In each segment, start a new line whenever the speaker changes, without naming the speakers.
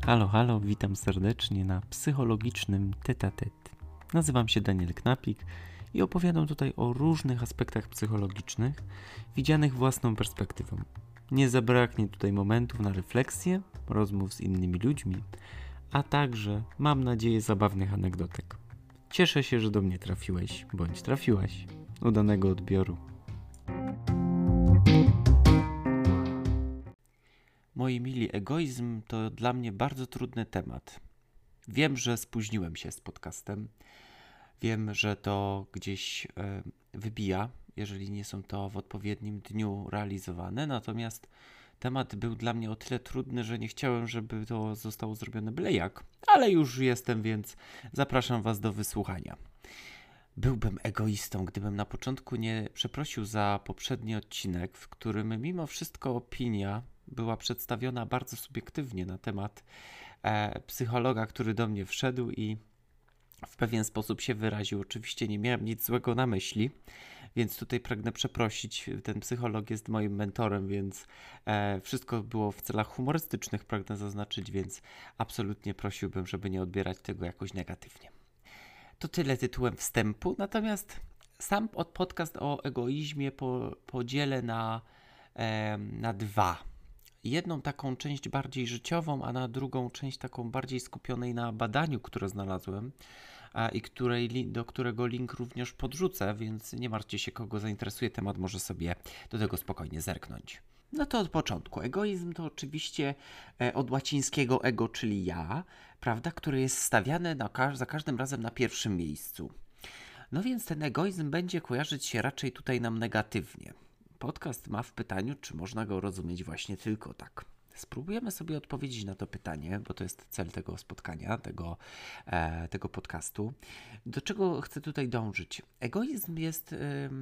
Halo, halo, witam serdecznie na psychologicznym tete-a-tete. Nazywam się Daniel Knapik i opowiadam tutaj o różnych aspektach psychologicznych, widzianych własną perspektywą. Nie zabraknie tutaj momentów na refleksję, rozmów z innymi ludźmi, a także, mam nadzieję, zabawnych anegdotek. Cieszę się, że do mnie trafiłeś, bądź trafiłaś. Udanego odbioru. Moi mili, egoizm to dla mnie bardzo trudny temat. Wiem, że spóźniłem się z podcastem. Wiem, że to gdzieś wybija, jeżeli nie są to w odpowiednim dniu realizowane. Natomiast temat był dla mnie o tyle trudny, że nie chciałem, żeby to zostało zrobione byle jak. Ale już jestem, więc zapraszam Was do wysłuchania. Byłbym egoistą, gdybym na początku nie przeprosił za poprzedni odcinek, w którym mimo wszystko opinia była przedstawiona bardzo subiektywnie na temat psychologa, który do mnie wszedł i w pewien sposób się wyraził. Oczywiście nie miałem nic złego na myśli, więc tutaj pragnę przeprosić. Ten psycholog jest moim mentorem, więc wszystko było w celach humorystycznych, pragnę zaznaczyć, więc absolutnie prosiłbym, żeby nie odbierać tego jakoś negatywnie. To tyle tytułem wstępu, natomiast sam podcast o egoizmie podzielę na dwa. Jedną taką część bardziej życiową, a na drugą część taką bardziej skupionej na badaniu, które znalazłem i do którego link również podrzucę, więc nie martwcie się, kogo zainteresuje temat, może sobie do tego spokojnie zerknąć. No to od początku. Egoizm to oczywiście od łacińskiego ego, czyli ja, prawda, który jest stawiany za każdym razem na pierwszym miejscu. No więc ten egoizm będzie kojarzyć się raczej tutaj nam negatywnie. Podcast ma w pytaniu, czy można go rozumieć właśnie tylko tak. Spróbujemy sobie odpowiedzieć na to pytanie, bo to jest cel tego spotkania, tego podcastu. Do czego chcę tutaj dążyć? Egoizm jest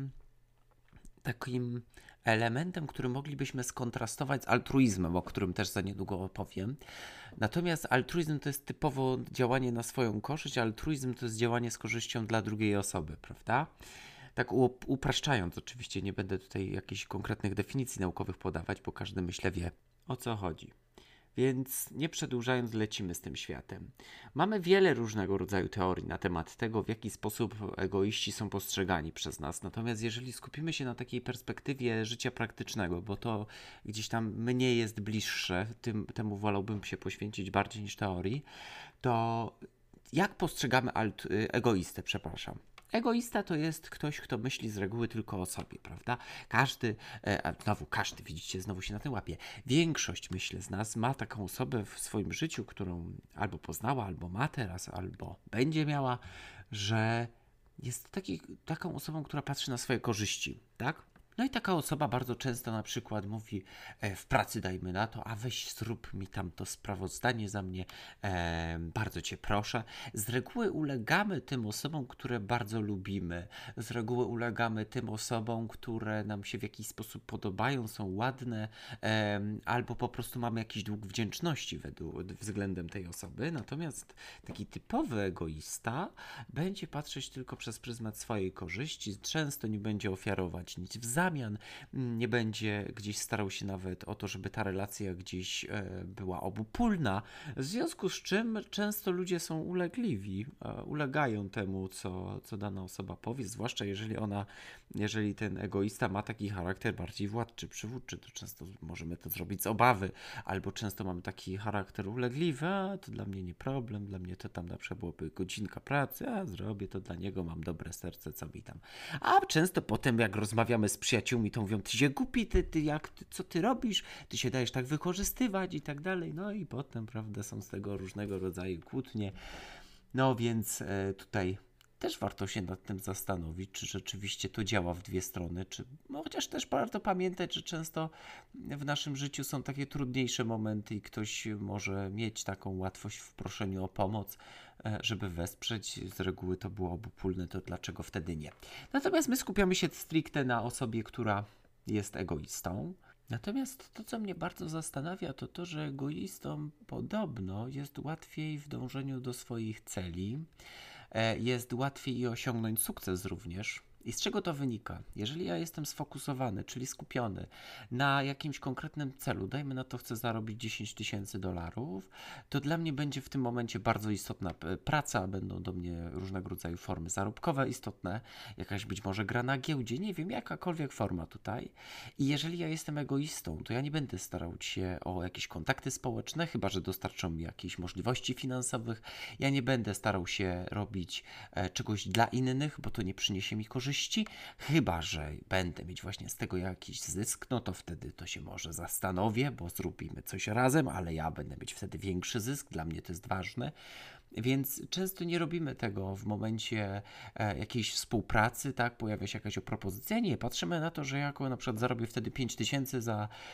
takim elementem, który moglibyśmy skontrastować z altruizmem, o którym też za niedługo opowiem. Natomiast altruizm to jest typowo działanie na swoją korzyść, a altruizm to jest działanie z korzyścią dla drugiej osoby, prawda? Tak upraszczając oczywiście, nie będę tutaj jakichś konkretnych definicji naukowych podawać, bo każdy, myślę, wie, o co chodzi. Więc nie przedłużając, lecimy z tym światem. Mamy wiele różnego rodzaju teorii na temat tego, w jaki sposób egoiści są postrzegani przez nas. Natomiast jeżeli skupimy się na takiej perspektywie życia praktycznego, bo to gdzieś tam mnie jest bliższe, temu wolałbym się poświęcić bardziej niż teorii, to jak postrzegamy egoistę, przepraszam. Egoista to jest ktoś, kto myśli z reguły tylko o sobie, prawda? Każdy, widzicie, znowu się na tym łapie. Większość, myślę, z nas ma taką osobę w swoim życiu, którą albo poznała, albo ma teraz, albo będzie miała, że jest taką osobą, która patrzy na swoje korzyści, tak? No i taka osoba bardzo często na przykład mówi w pracy, dajmy na to, a weź zrób mi tam to sprawozdanie za mnie, bardzo Cię proszę. Z reguły ulegamy tym osobom, które bardzo lubimy. Z reguły ulegamy tym osobom, które nam się w jakiś sposób podobają, są ładne, albo po prostu mamy jakiś dług wdzięczności względem tej osoby. Natomiast taki typowy egoista będzie patrzeć tylko przez pryzmat swojej korzyści, często nie będzie ofiarować nic w zamian, nie będzie gdzieś starał się nawet o to, żeby ta relacja gdzieś była obopólna, w związku z czym często ludzie są ulegliwi, ulegają temu, co dana osoba powie, zwłaszcza jeżeli ten egoista ma taki charakter bardziej władczy, przywódczy, to często możemy to zrobić z obawy, albo często mamy taki charakter ulegliwy, a to dla mnie nie problem, dla mnie to tam na przykład byłoby godzinka pracy, a zrobię to dla niego, mam dobre serce, co mi tam. A często potem, jak rozmawiamy z przyjaciółmi, to mówią, ty się głupi, co ty robisz, ty się dajesz tak wykorzystywać i tak dalej, no i potem, prawda, są z tego różnego rodzaju kłótnie, no więc tutaj też warto się nad tym zastanowić, czy rzeczywiście to działa w dwie strony, chociaż też warto pamiętać, że często w naszym życiu są takie trudniejsze momenty i ktoś może mieć taką łatwość w proszeniu o pomoc, żeby wesprzeć. Z reguły to było obopólne, to dlaczego wtedy nie? Natomiast my skupiamy się stricte na osobie, która jest egoistą. Natomiast to, co mnie bardzo zastanawia, to to, że egoistom podobno jest łatwiej w dążeniu do swoich celi, jest łatwiej osiągnąć sukces również, I z czego to wynika? Jeżeli ja jestem sfokusowany, czyli skupiony na jakimś konkretnym celu, dajmy na to, chcę zarobić $10,000, to dla mnie będzie w tym momencie bardzo istotna praca, będą do mnie różnego rodzaju formy zarobkowe istotne, jakaś być może gra na giełdzie, nie wiem, jakakolwiek forma tutaj. I jeżeli ja jestem egoistą, to ja nie będę starał się o jakieś kontakty społeczne, chyba że dostarczą mi jakieś możliwości finansowych. Ja nie będę starał się robić czegoś dla innych, bo to nie przyniesie mi korzyści, chyba że będę mieć właśnie z tego jakiś zysk, no to wtedy to się może zastanowię, bo zrobimy coś razem, ale ja będę mieć wtedy większy zysk, dla mnie to jest ważne. Więc często nie robimy tego w momencie jakiejś współpracy, tak, pojawia się jakaś propozycja. Nie, patrzymy na to, że jako na przykład zarobię wtedy 5,000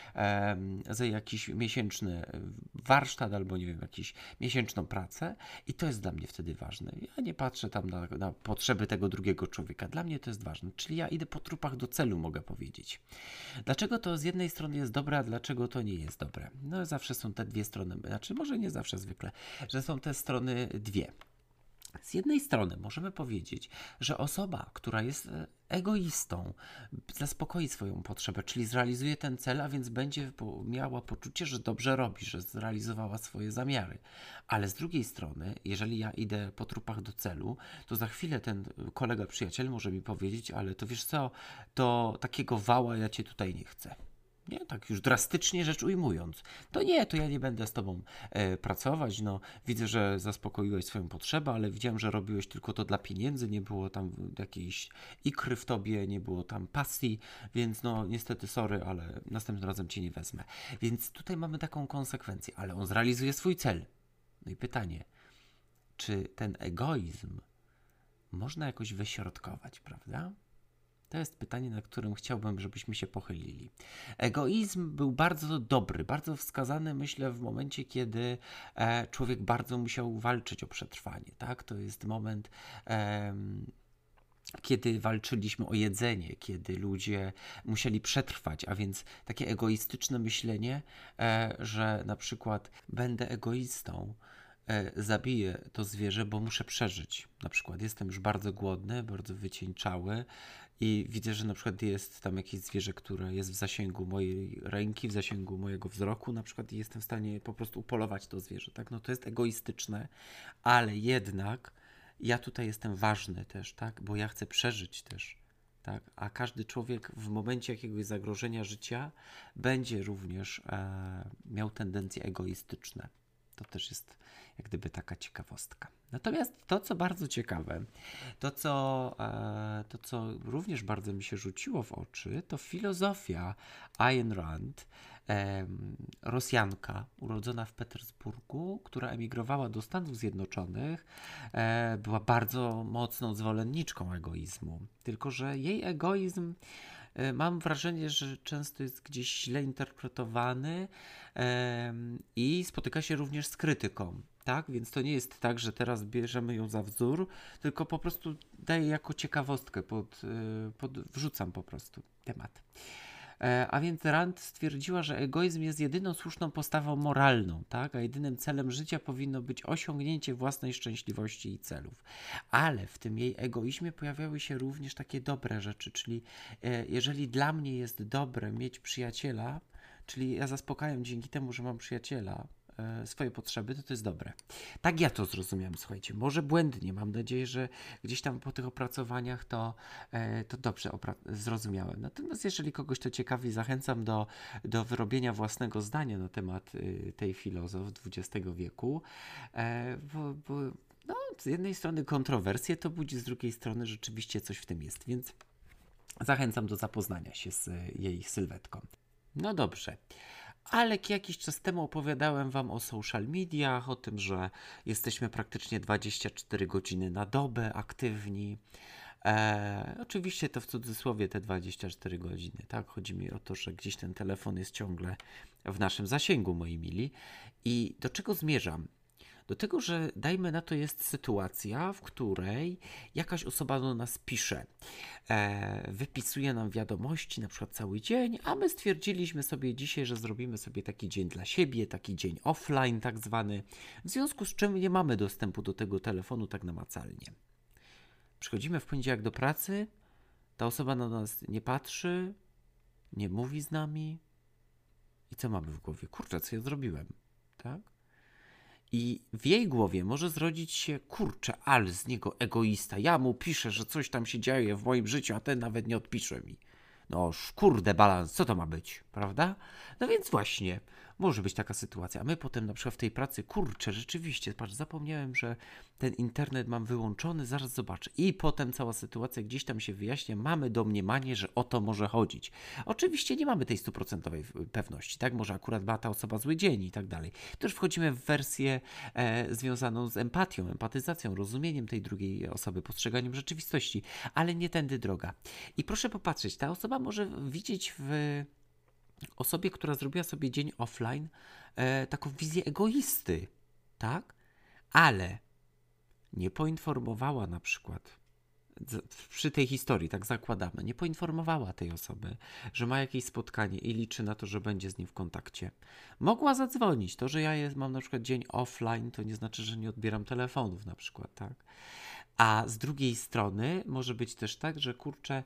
za jakiś miesięczny warsztat albo nie wiem, jakąś miesięczną pracę i to jest dla mnie wtedy ważne. Ja nie patrzę tam na potrzeby tego drugiego człowieka. Dla mnie to jest ważne. Czyli ja idę po trupach do celu, mogę powiedzieć. Dlaczego to z jednej strony jest dobre, a dlaczego to nie jest dobre? No zawsze są te dwie strony, znaczy może nie zawsze zwykle, że są te strony dwie. Z jednej strony możemy powiedzieć, że osoba, która jest egoistą, zaspokoi swoją potrzebę, czyli zrealizuje ten cel, a więc będzie miała poczucie, że dobrze robi, że zrealizowała swoje zamiary. Ale z drugiej strony, jeżeli ja idę po trupach do celu, to za chwilę ten kolega, przyjaciel może mi powiedzieć, ale to wiesz co, to takiego wała ja cię tutaj nie chcę. Nie, tak już drastycznie rzecz ujmując. To nie, to ja nie będę z tobą pracować. No, widzę, że zaspokoiłeś swoją potrzebę, ale widziałem, że robiłeś tylko to dla pieniędzy, nie było tam jakiejś ikry w tobie, nie było tam pasji, więc no niestety sorry, ale następnym razem cię nie wezmę. Więc tutaj mamy taką konsekwencję, ale on zrealizuje swój cel. No i pytanie, czy ten egoizm można jakoś wyśrodkować, prawda? To jest pytanie, na którym chciałbym, żebyśmy się pochylili. Egoizm był bardzo dobry, bardzo wskazany, myślę, w momencie, kiedy człowiek bardzo musiał walczyć o przetrwanie. Tak? To jest moment, kiedy walczyliśmy o jedzenie, kiedy ludzie musieli przetrwać, a więc takie egoistyczne myślenie, że na przykład będę egoistą, zabiję to zwierzę, bo muszę przeżyć. Na przykład jestem już bardzo głodny, bardzo wycieńczały i widzę, że na przykład jest tam jakieś zwierzę, które jest w zasięgu mojej ręki, w zasięgu mojego wzroku na przykład i jestem w stanie po prostu upolować to zwierzę. Tak? No to jest egoistyczne, ale jednak ja tutaj jestem ważny też, tak? Bo ja chcę przeżyć też. Tak? A każdy człowiek w momencie jakiegoś zagrożenia życia będzie również miał tendencje egoistyczne. To też jest jak gdyby taka ciekawostka. Natomiast to, co bardzo ciekawe, to, co również bardzo mi się rzuciło w oczy, to filozofia Ayn Rand, Rosjanka, urodzona w Petersburgu, która emigrowała do Stanów Zjednoczonych, była bardzo mocną zwolenniczką egoizmu. Tylko że jej egoizm, mam wrażenie, że często jest gdzieś źle interpretowany i spotyka się również z krytyką. Tak? Więc to nie jest tak, że teraz bierzemy ją za wzór, tylko po prostu daję jako ciekawostkę, wrzucam po prostu temat. A więc Rand stwierdziła, że egoizm jest jedyną słuszną postawą moralną, tak? A jedynym celem życia powinno być osiągnięcie własnej szczęśliwości i celów. Ale w tym jej egoizmie pojawiały się również takie dobre rzeczy, czyli jeżeli dla mnie jest dobre mieć przyjaciela, czyli ja zaspokajam dzięki temu, że mam przyjaciela, swoje potrzeby, to jest dobre. Tak ja to zrozumiałem, słuchajcie. Może błędnie, mam nadzieję, że gdzieś tam po tych opracowaniach to dobrze zrozumiałem. Natomiast jeżeli kogoś to ciekawi, zachęcam do wyrobienia własnego zdania na temat tej filozof XX wieku, bo no, z jednej strony kontrowersje to budzi, z drugiej strony rzeczywiście coś w tym jest, więc zachęcam do zapoznania się z jej sylwetką. No dobrze. Ale jakiś czas temu opowiadałem wam o social mediach, o tym, że jesteśmy praktycznie 24 godziny na dobę aktywni. Oczywiście to w cudzysłowie te 24 godziny, tak? Chodzi mi o to, że gdzieś ten telefon jest ciągle w naszym zasięgu, moi mili. I do czego zmierzam? Do tego, że dajmy na to jest sytuacja, w której jakaś osoba do nas pisze, wypisuje nam wiadomości na przykład cały dzień, a my stwierdziliśmy sobie dzisiaj, że zrobimy sobie taki dzień dla siebie, taki dzień offline tak zwany, w związku z czym nie mamy dostępu do tego telefonu tak namacalnie. Przychodzimy w poniedziałek do pracy, Ta osoba na nas nie patrzy, nie mówi z nami. I co mamy w głowie? Kurczę, co ja zrobiłem? Tak? I w jej głowie może zrodzić się, kurczę, ale z niego egoista. Ja mu piszę, że coś tam się dzieje w moim życiu, a ten nawet nie odpisze mi. No kurde, balans, co to ma być, prawda? No więc właśnie, może być taka sytuacja. A my potem na przykład w tej pracy, kurczę, rzeczywiście, patrz, zapomniałem, że ten internet mam wyłączony, zaraz zobaczę. I potem cała sytuacja gdzieś tam się wyjaśnia, mamy domniemanie, że o to może chodzić. Oczywiście nie mamy tej stuprocentowej pewności, tak? Może akurat ma ta osoba zły dzień i tak dalej. Tu już wchodzimy w wersję związaną z empatią, empatyzacją, rozumieniem tej drugiej osoby, postrzeganiem rzeczywistości, ale nie tędy droga. I proszę popatrzeć, ta osoba może widzieć w osobie, która zrobiła sobie dzień offline, taką wizję egoisty, tak? Ale nie poinformowała na przykład, przy tej historii, tak zakładamy, nie poinformowała tej osoby, że ma jakieś spotkanie i liczy na to, że będzie z nim w kontakcie. Mogła zadzwonić. To, że mam na przykład dzień offline, to nie znaczy, że nie odbieram telefonów na przykład, tak? A z drugiej strony może być też tak, że kurczę,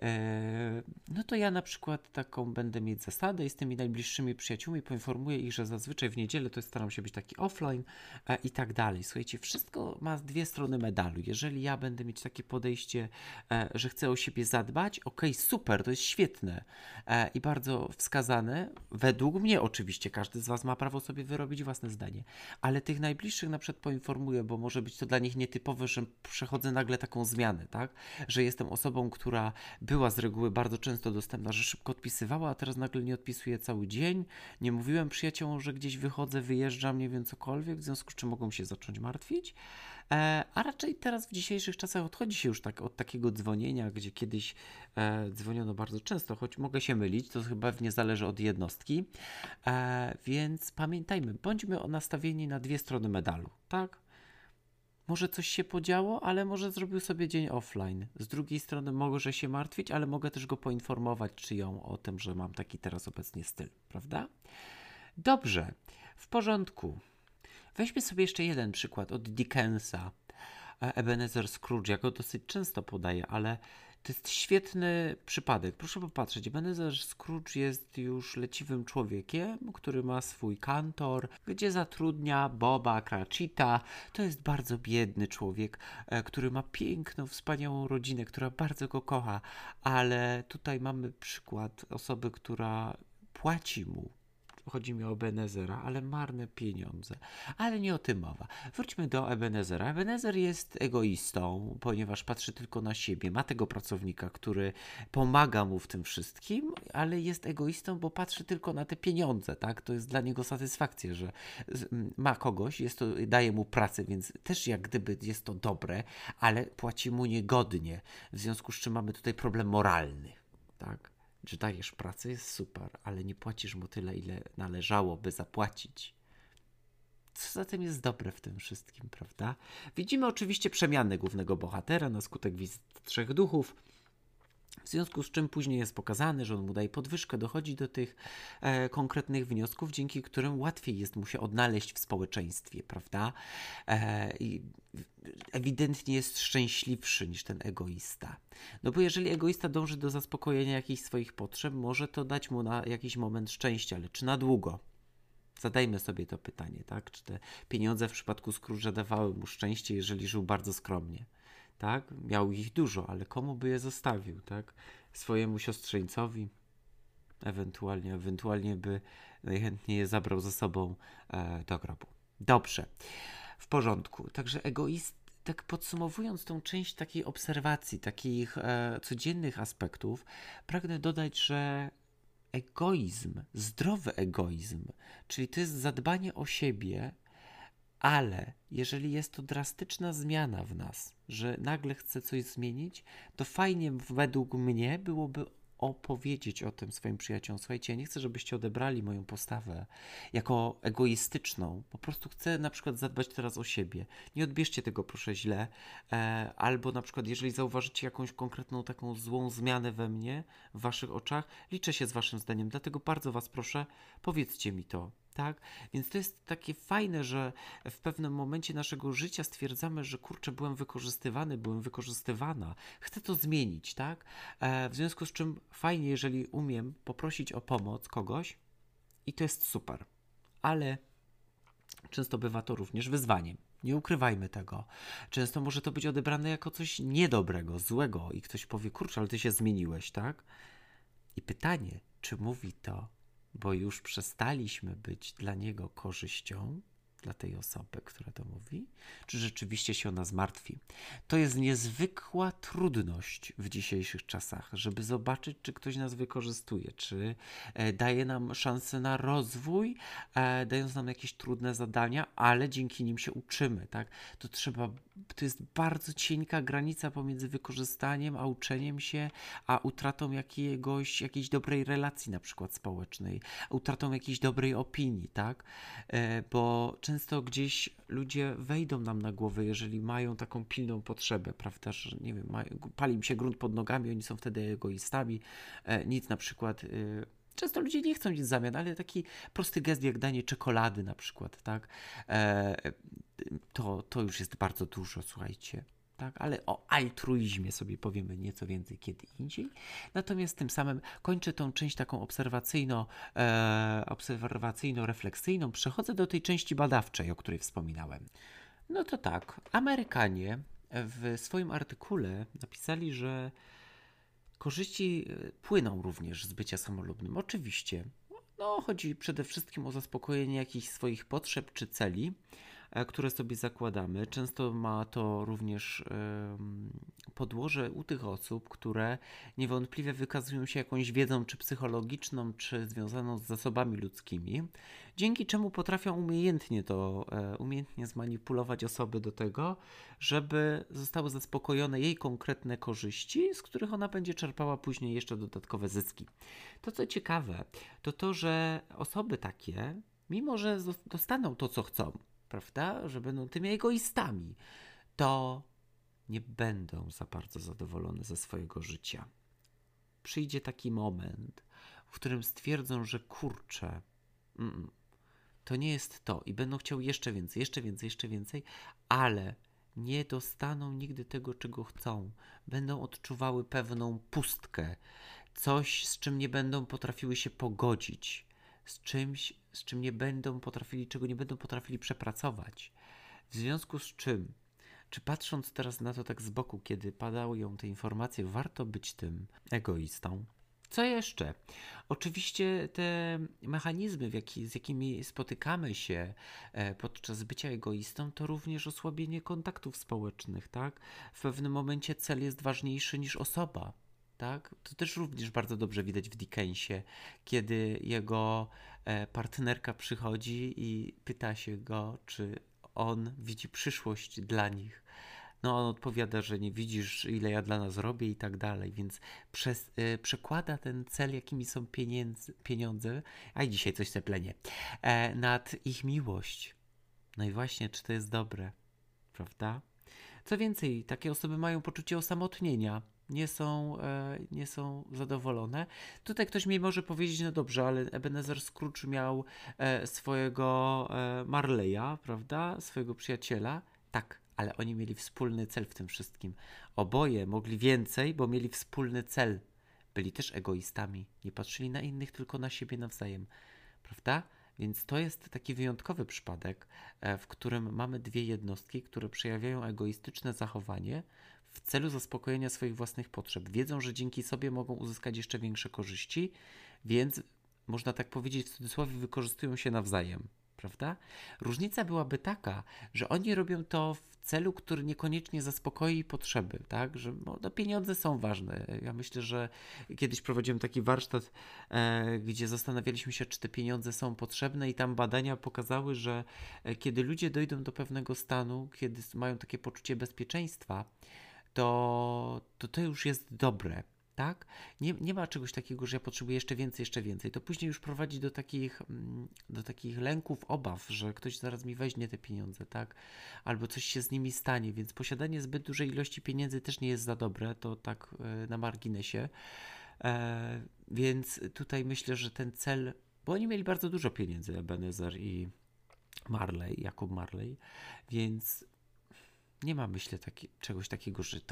no to ja na przykład taką będę mieć zasadę i z tymi najbliższymi przyjaciółmi poinformuję ich, że zazwyczaj w niedzielę to staram się być taki offline i tak dalej. Słuchajcie, wszystko ma dwie strony medalu. Jeżeli ja będę mieć takie podejście, że chcę o siebie zadbać, okej, super, to jest świetne i bardzo wskazane. Według mnie oczywiście, każdy z Was ma prawo sobie wyrobić własne zdanie, ale tych najbliższych na przykład poinformuję, bo może być to dla nich nietypowe, że przechodzę nagle taką zmianę, tak? Że jestem osobą, która była z reguły bardzo często dostępna, że szybko odpisywała, a teraz nagle nie odpisuje cały dzień. Nie mówiłem przyjaciołom, że gdzieś wychodzę, wyjeżdżam, nie wiem cokolwiek, w związku z czym mogą się zacząć martwić. A raczej teraz w dzisiejszych czasach odchodzi się już tak od takiego dzwonienia, gdzie kiedyś dzwoniono bardzo często, choć mogę się mylić, to chyba nie zależy od jednostki. Więc pamiętajmy, bądźmy nastawieni na dwie strony medalu, tak? Może coś się podziało, ale może zrobił sobie dzień offline. Z drugiej strony może się martwić, ale mogę też go poinformować, czy ją o tym, że mam taki teraz obecnie styl, prawda? Dobrze, w porządku. Weźmy sobie jeszcze jeden przykład od Dickensa. Ebenezer Scrooge, ja go dosyć często podaję, ale to jest świetny przypadek. Proszę popatrzeć, Ebenezer Scrooge jest już leciwym człowiekiem, który ma swój kantor, gdzie zatrudnia Boba Cratchita. To jest bardzo biedny człowiek, który ma piękną, wspaniałą rodzinę, która bardzo go kocha, ale tutaj mamy przykład osoby, która płaci mu. Chodzi mi o Ebenezera, ale marne pieniądze. Ale nie o tym mowa. Wróćmy do Ebenezera. Ebenezer jest egoistą, ponieważ patrzy tylko na siebie. Ma tego pracownika, który pomaga mu w tym wszystkim, ale jest egoistą, bo patrzy tylko na te pieniądze, tak? To jest dla niego satysfakcja, że ma kogoś, daje mu pracę, więc też jak gdyby jest to dobre, ale płaci mu niegodnie. W związku z czym mamy tutaj problem moralny, tak? Że dajesz pracę, jest super, ale nie płacisz mu tyle, ile należałoby zapłacić. Co zatem jest dobre w tym wszystkim, prawda? Widzimy oczywiście przemianę głównego bohatera na skutek wizyt trzech duchów, w związku z czym później jest pokazane, że on mu daje podwyżkę, dochodzi do tych konkretnych wniosków, dzięki którym łatwiej jest mu się odnaleźć w społeczeństwie, prawda? I ewidentnie jest szczęśliwszy niż ten egoista. No bo jeżeli egoista dąży do zaspokojenia jakichś swoich potrzeb, może to dać mu na jakiś moment szczęścia, ale czy na długo? Zadajmy sobie to pytanie, tak? Czy te pieniądze w przypadku Scrooge'a dawały mu szczęście, jeżeli żył bardzo skromnie? Tak? Miał ich dużo, ale komu by je zostawił, tak? Swojemu siostrzeńcowi, ewentualnie by najchętniej je zabrał ze sobą do grobu. Dobrze, w porządku. Także tak podsumowując tą część takiej obserwacji, takich codziennych aspektów, pragnę dodać, że egoizm, zdrowy egoizm, czyli to jest zadbanie o siebie, ale jeżeli jest to drastyczna zmiana w nas, że nagle chcę coś zmienić, to fajnie według mnie byłoby opowiedzieć o tym swoim przyjaciołom. Słuchajcie, ja nie chcę, żebyście odebrali moją postawę jako egoistyczną. Po prostu chcę na przykład zadbać teraz o siebie. Nie odbierzcie tego proszę źle. Albo na przykład jeżeli zauważycie jakąś konkretną taką złą zmianę we mnie, w waszych oczach, liczę się z waszym zdaniem. Dlatego bardzo was proszę, powiedzcie mi to. Tak? Więc to jest takie fajne, że w pewnym momencie naszego życia stwierdzamy, że kurczę, byłem wykorzystywany, byłem wykorzystywana. Chcę to zmienić, tak? W związku z czym fajnie, jeżeli umiem poprosić o pomoc kogoś i to jest super. Ale często bywa to również wyzwaniem. Nie ukrywajmy tego. Często może to być odebrane jako coś niedobrego, złego i ktoś powie, kurczę, ale ty się zmieniłeś, tak? I pytanie, czy mówi to, bo już przestaliśmy być dla niego korzyścią, dla tej osoby, która to mówi, czy rzeczywiście się ona zmartwi. To jest niezwykła trudność w dzisiejszych czasach, żeby zobaczyć, czy ktoś nas wykorzystuje, czy daje nam szansę na rozwój, dając nam jakieś trudne zadania, ale dzięki nim się uczymy, tak? To jest bardzo cienka granica pomiędzy wykorzystaniem, a uczeniem się, a utratą jakiejś dobrej relacji na przykład społecznej, a utratą jakiejś dobrej opinii, tak? Bo często gdzieś ludzie wejdą nam na głowę, jeżeli mają taką pilną potrzebę, prawda, że nie wiem, pali im się grunt pod nogami, oni są wtedy egoistami, nic na przykład... Często ludzie nie chcą nic w zamian, ale taki prosty gest jak danie czekolady na przykład, tak? To już jest bardzo dużo, słuchajcie. Tak, ale o altruizmie sobie powiemy nieco więcej kiedy indziej. Natomiast tym samym kończę tą część taką obserwacyjno-refleksyjną. Przechodzę do tej części badawczej, o której wspominałem. No to tak, Amerykanie w swoim artykule napisali, że korzyści płyną również z bycia samolubnym. Oczywiście, no, chodzi przede wszystkim o zaspokojenie jakichś swoich potrzeb czy celi, które sobie zakładamy. Często ma to również podłoże u tych osób, które niewątpliwie wykazują się jakąś wiedzą czy psychologiczną, czy związaną z zasobami ludzkimi, dzięki czemu potrafią umiejętnie zmanipulować osoby do tego, żeby zostały zaspokojone jej konkretne korzyści, z których ona będzie czerpała później jeszcze dodatkowe zyski. To co ciekawe, to, że osoby takie, mimo że dostaną to, co chcą, prawda, że będą tymi egoistami, to nie będą za bardzo zadowolone ze swojego życia. Przyjdzie taki moment, w którym stwierdzą, że kurczę, to nie jest to i będą chciały jeszcze więcej, jeszcze więcej, jeszcze więcej, ale nie dostaną nigdy tego, czego chcą. Będą odczuwały pewną pustkę, coś, z czym nie będą potrafiły się pogodzić, z czymś, z czym nie będą potrafili, czego nie będą potrafili przepracować. W związku z czym, czy patrząc teraz na to tak z boku, kiedy padają te informacje, warto być tym egoistą? Co jeszcze? Oczywiście te mechanizmy, z jakimi spotykamy się podczas bycia egoistą, to również osłabienie kontaktów społecznych, tak? W pewnym momencie cel jest ważniejszy niż osoba. Tak? To też również bardzo dobrze widać w Dickensie, kiedy jego partnerka przychodzi i pyta się go, czy on widzi przyszłość dla nich. No on odpowiada, że nie widzisz, ile ja dla nas robię i tak dalej, więc przekłada ten cel, jakimi są pieniądze, a i dzisiaj coś se plenie, nad ich miłość. No i właśnie, czy to jest dobre, prawda? Co więcej, takie osoby mają poczucie osamotnienia, nie są zadowolone. Tutaj ktoś mi może powiedzieć, no dobrze, ale Ebenezer Scrooge miał swojego Marleya, prawda? Swojego przyjaciela. Tak, ale oni mieli wspólny cel w tym wszystkim. Oboje mogli więcej, bo mieli wspólny cel. Byli też egoistami. Nie patrzyli na innych, tylko na siebie nawzajem. Prawda? Więc to jest taki wyjątkowy przypadek, w którym mamy dwie jednostki, które przejawiają egoistyczne zachowanie w celu zaspokojenia swoich własnych potrzeb. Wiedzą, że dzięki sobie mogą uzyskać jeszcze większe korzyści, więc można tak powiedzieć w cudzysłowie wykorzystują się nawzajem. Prawda? Różnica byłaby taka, że oni robią to w celu, który niekoniecznie zaspokoi potrzeby, tak? Że pieniądze są ważne. Ja myślę, że kiedyś prowadziłem taki warsztat, gdzie zastanawialiśmy się, czy te pieniądze są potrzebne i tam badania pokazały, że kiedy ludzie dojdą do pewnego stanu, kiedy mają takie poczucie bezpieczeństwa, to już jest dobre. Tak? Nie ma czegoś takiego, że ja potrzebuję jeszcze więcej, jeszcze więcej. To później już prowadzi do takich lęków, obaw, że ktoś zaraz mi weźmie te pieniądze, tak? Albo coś się z nimi stanie, więc posiadanie zbyt dużej ilości pieniędzy też nie jest za dobre, to tak na marginesie. Więc tutaj myślę, że ten cel Bo oni mieli bardzo dużo pieniędzy, Ebenezer i Jakub Marley, więc nie ma, myślę, czegoś takiego, że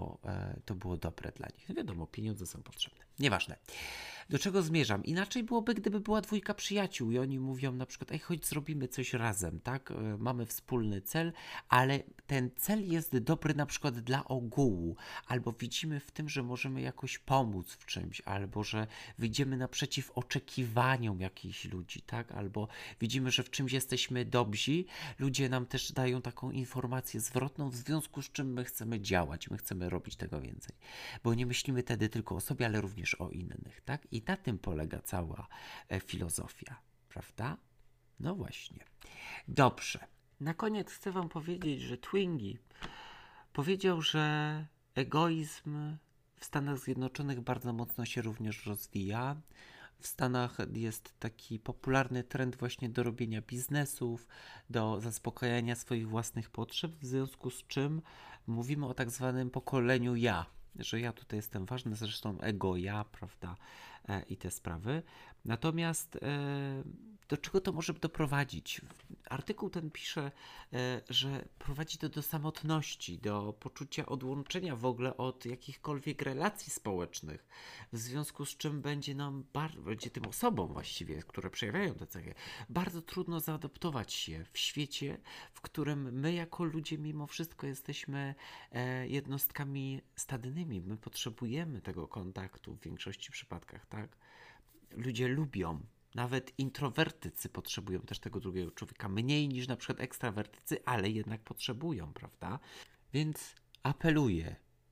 to było dobre dla nich. No wiadomo, pieniądze są potrzebne. Nieważne. Do czego zmierzam? Inaczej byłoby, gdyby była dwójka przyjaciół i oni mówią na przykład, ej, chodź zrobimy coś razem, tak? Mamy wspólny cel, ale ten cel jest dobry na przykład dla ogółu, albo widzimy w tym, że możemy jakoś pomóc w czymś, albo że wyjdziemy naprzeciw oczekiwaniom jakichś ludzi, tak? Albo widzimy, że w czymś jesteśmy dobrzy, ludzie nam też dają taką informację zwrotną, w związku z czym my chcemy działać, my chcemy robić tego więcej, bo nie myślimy wtedy tylko o sobie, ale również o innych, tak? I na tym polega cała filozofia, prawda? No właśnie. Dobrze. Na koniec chcę wam powiedzieć, że Twingie powiedział, że egoizm w Stanach Zjednoczonych bardzo mocno się również rozwija. W Stanach jest taki popularny trend właśnie do robienia biznesów, do zaspokajania swoich własnych potrzeb, w związku z czym mówimy o tak zwanym pokoleniu ja, że ja tutaj jestem ważny, zresztą ego ja, prawda, i te sprawy. Natomiast do czego to może doprowadzić? Artykuł ten pisze, że prowadzi to do samotności, do poczucia odłączenia w ogóle od jakichkolwiek relacji społecznych, w związku z czym będzie tym osobom właściwie, które przejawiają te cechy, bardzo trudno zaadoptować się w świecie, w którym my jako ludzie mimo wszystko jesteśmy jednostkami stadnymi. My potrzebujemy tego kontaktu w większości przypadkach, tak? Ludzie lubią. Nawet introwertycy potrzebują też tego drugiego człowieka. Mniej niż na przykład ekstrawertycy, ale jednak potrzebują, prawda? Więc apeluję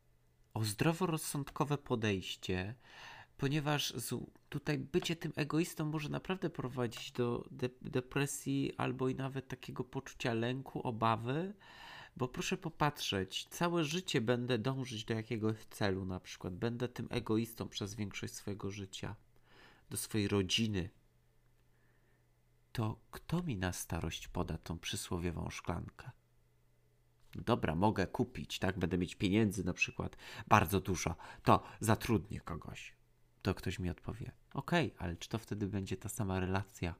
o zdroworozsądkowe podejście, ponieważ tutaj bycie tym egoistą może naprawdę prowadzić do depresji albo i nawet takiego poczucia lęku, obawy, bo proszę popatrzeć, całe życie będę dążyć do jakiegoś celu, na przykład będę tym egoistą przez większość swojego życia, do swojej rodziny. To kto mi na starość poda tą przysłowiową szklankę? Dobra, mogę kupić, tak? Będę mieć pieniędzy na przykład bardzo dużo, to zatrudnię kogoś. To ktoś mi odpowie, okej, ale czy to wtedy będzie ta sama relacja?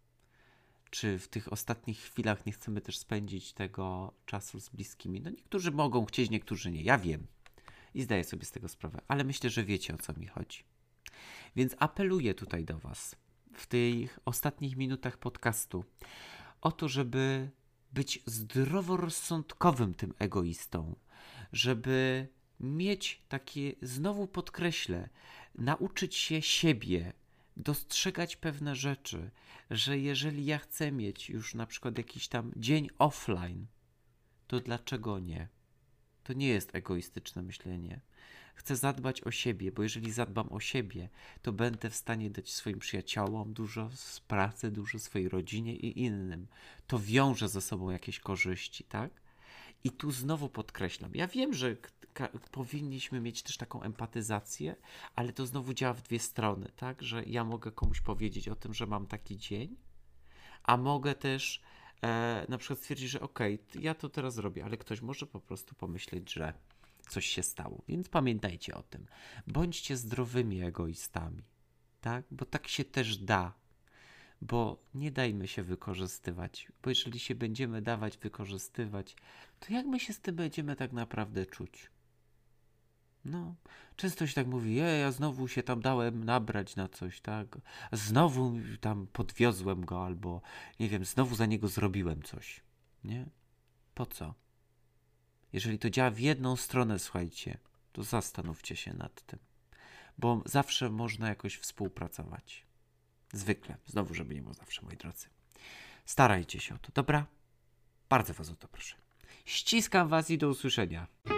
Czy w tych ostatnich chwilach nie chcemy też spędzić tego czasu z bliskimi? No niektórzy mogą chcieć, niektórzy nie, ja wiem i zdaję sobie z tego sprawę, ale myślę, że wiecie, o co mi chodzi. Więc apeluję tutaj do was w tych ostatnich minutach podcastu o to, żeby być zdroworozsądkowym tym egoistą, żeby mieć takie, znowu podkreślę, nauczyć się siebie, dostrzegać pewne rzeczy, że jeżeli ja chcę mieć już na przykład jakiś tam dzień offline, to dlaczego nie? To nie jest egoistyczne myślenie. Chcę zadbać o siebie, bo jeżeli zadbam o siebie, to będę w stanie dać swoim przyjaciołom dużo z pracy, dużo swojej rodzinie i innym. To wiąże ze sobą jakieś korzyści, tak? I tu znowu podkreślam, ja wiem, że powinniśmy mieć też taką empatyzację, ale to znowu działa w dwie strony, tak? Że ja mogę komuś powiedzieć o tym, że mam taki dzień, a mogę też na przykład stwierdzić, że okej, ja to teraz robię, ale ktoś może po prostu pomyśleć, że coś się stało. Więc pamiętajcie o tym. Bądźcie zdrowymi egoistami, tak? Bo tak się też da. Bo nie dajmy się wykorzystywać. Bo jeżeli się będziemy dawać wykorzystywać, to jak my się z tym będziemy tak naprawdę czuć? No, często się tak mówi, ja znowu się tam dałem nabrać na coś, tak? Znowu tam podwiozłem go, albo nie wiem, znowu za niego zrobiłem coś. Nie? Po co? Jeżeli to działa w jedną stronę, słuchajcie, to zastanówcie się nad tym. Bo zawsze można jakoś współpracować. Zwykle. Znowu, żeby nie było zawsze, moi drodzy. Starajcie się o to, dobra? Bardzo was o to proszę. Ściskam was i do usłyszenia.